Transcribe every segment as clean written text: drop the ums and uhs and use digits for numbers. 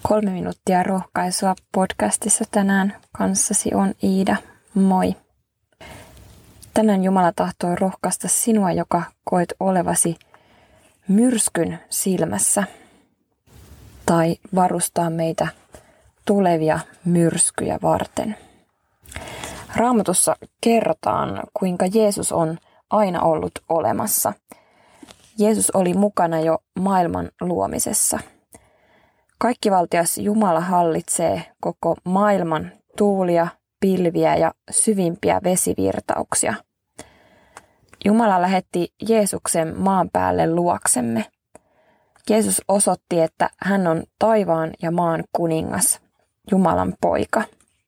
3 minuuttia rohkaisua podcastissa tänään kanssasi on Iida. Moi! Tänään Jumala tahtoo rohkaista sinua, joka koet olevasi myrskyn silmässä, tai varustaa meitä tulevia myrskyjä varten. Raamatussa kerrotaan, kuinka Jeesus on aina ollut olemassa. Jeesus oli mukana jo maailman luomisessa. Kaikkivaltias Jumala hallitsee koko maailman tuulia, pilviä ja syvimpiä vesivirtauksia. Jumala lähetti Jeesuksen maan päälle luoksemme. Jeesus osoitti, että hän on taivaan ja maan kuningas, Jumalan poika.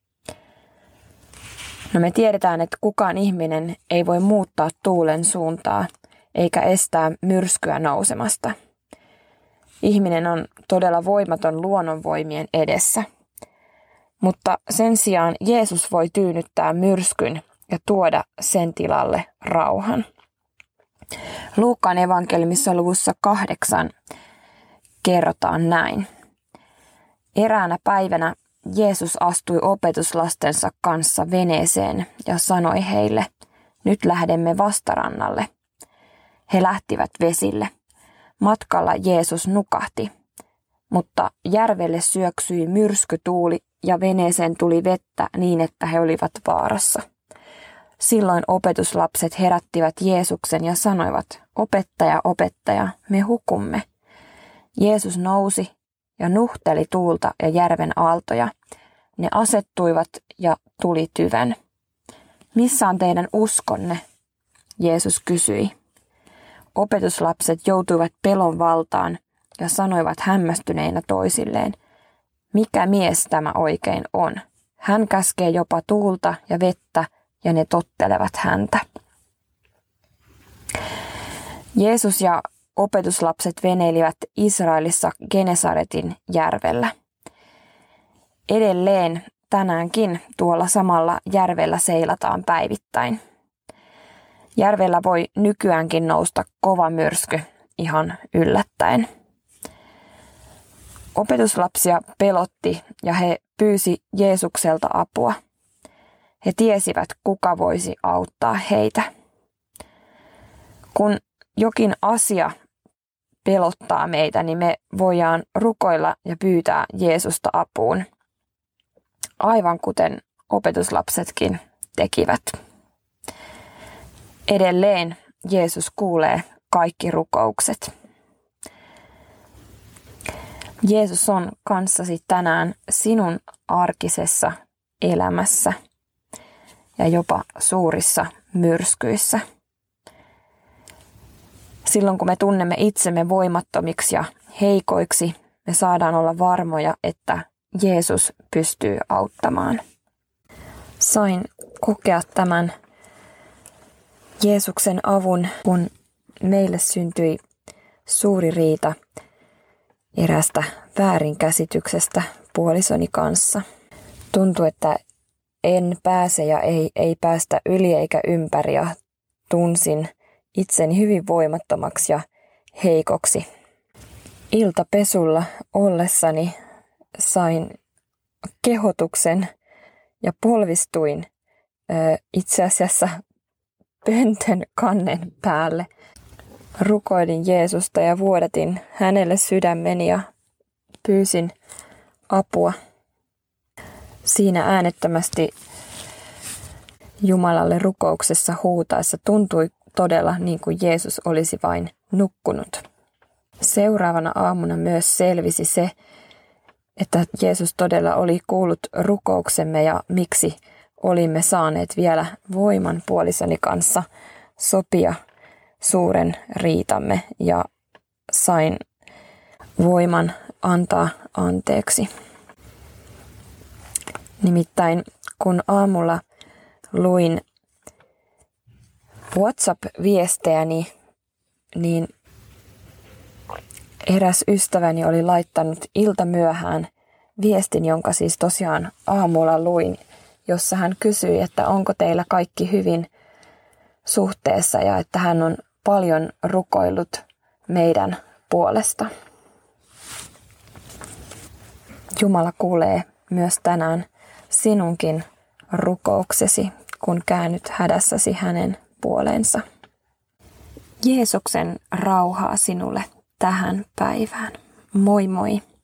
No me tiedetään, että kukaan ihminen ei voi muuttaa tuulen suuntaa eikä estää myrskyä nousemasta. Ihminen on todella voimaton luonnonvoimien edessä. Mutta sen sijaan Jeesus voi tyynnyttää myrskyn ja tuoda sen tilalle rauhan. Luukkaan evankeliumissa luvussa 8 kerrotaan näin. Eräänä päivänä Jeesus astui opetuslastensa kanssa veneeseen ja sanoi heille, nyt lähdemme vastarannalle. He lähtivät vesille. Matkalla Jeesus nukahti, mutta järvelle syöksyi myrskytuuli ja veneeseen tuli vettä niin, että he olivat vaarassa. Silloin opetuslapset herättivät Jeesuksen ja sanoivat, opettaja, opettaja, me hukumme. Jeesus nousi ja nuhteli tuulta ja järven aaltoja. Ne asettuivat ja tuli tyven. Missä on teidän uskonne? Jeesus kysyi. Opetuslapset joutuivat pelon valtaan ja sanoivat hämmästyneinä toisilleen, mikä mies tämä oikein on? Hän käskee jopa tuulta ja vettä ja ne tottelevat häntä. Jeesus ja opetuslapset veneilivät Israelissa Genesaretin järvellä. Edelleen tänäänkin tuolla samalla järvellä seilataan päivittäin. Järvellä voi nykyäänkin nousta kova myrsky ihan yllättäen. Opetuslapsia pelotti ja he pyysi Jeesukselta apua. He tiesivät, kuka voisi auttaa heitä. Kun jokin asia pelottaa meitä, niin me voidaan rukoilla ja pyytää Jeesusta apuun, aivan kuten opetuslapsetkin tekivät. Edelleen Jeesus kuulee kaikki rukoukset. Jeesus on kanssasi tänään sinun arkisessa elämässä ja jopa suurissa myrskyissä. Silloin kun me tunnemme itsemme voimattomiksi ja heikoiksi, me saadaan olla varmoja, että Jeesus pystyy auttamaan. Sain kokea tämän Jeesuksen avun, kun meille syntyi suuri riita erästä väärinkäsityksestä puolisoni kanssa. Tuntui, että en pääse ja ei päästä yli eikä ympäri ja tunsin itseni hyvin voimattomaksi ja heikoksi. Iltapesulla ollessani sain kehotuksen ja polvistuin itse asiassa pöntön kannen päälle. Rukoilin Jeesusta ja vuodatin hänelle sydämeni ja pyysin apua. Siinä äänettömästi Jumalalle rukouksessa huutaessa tuntui todella niin kuin Jeesus olisi vain nukkunut. Seuraavana aamuna myös selvisi se, että Jeesus todella oli kuullut rukouksemme ja miksi olimme saaneet vielä voiman puolisoni kanssa sopia suuren riitamme ja sain voiman antaa anteeksi. Nimittäin kun aamulla luin WhatsApp-viestejäni, niin eräs ystäväni oli laittanut iltamyöhään viestin, jonka siis tosiaan aamulla luin, jossa hän kysyi, että onko teillä kaikki hyvin suhteessa ja että hän on paljon rukoillut meidän puolesta. Jumala kuulee myös tänään sinunkin rukouksesi, kun käännyt hädässäsi hänen puoleensa. Jeesuksen rauhaa sinulle tähän päivään. Moi moi!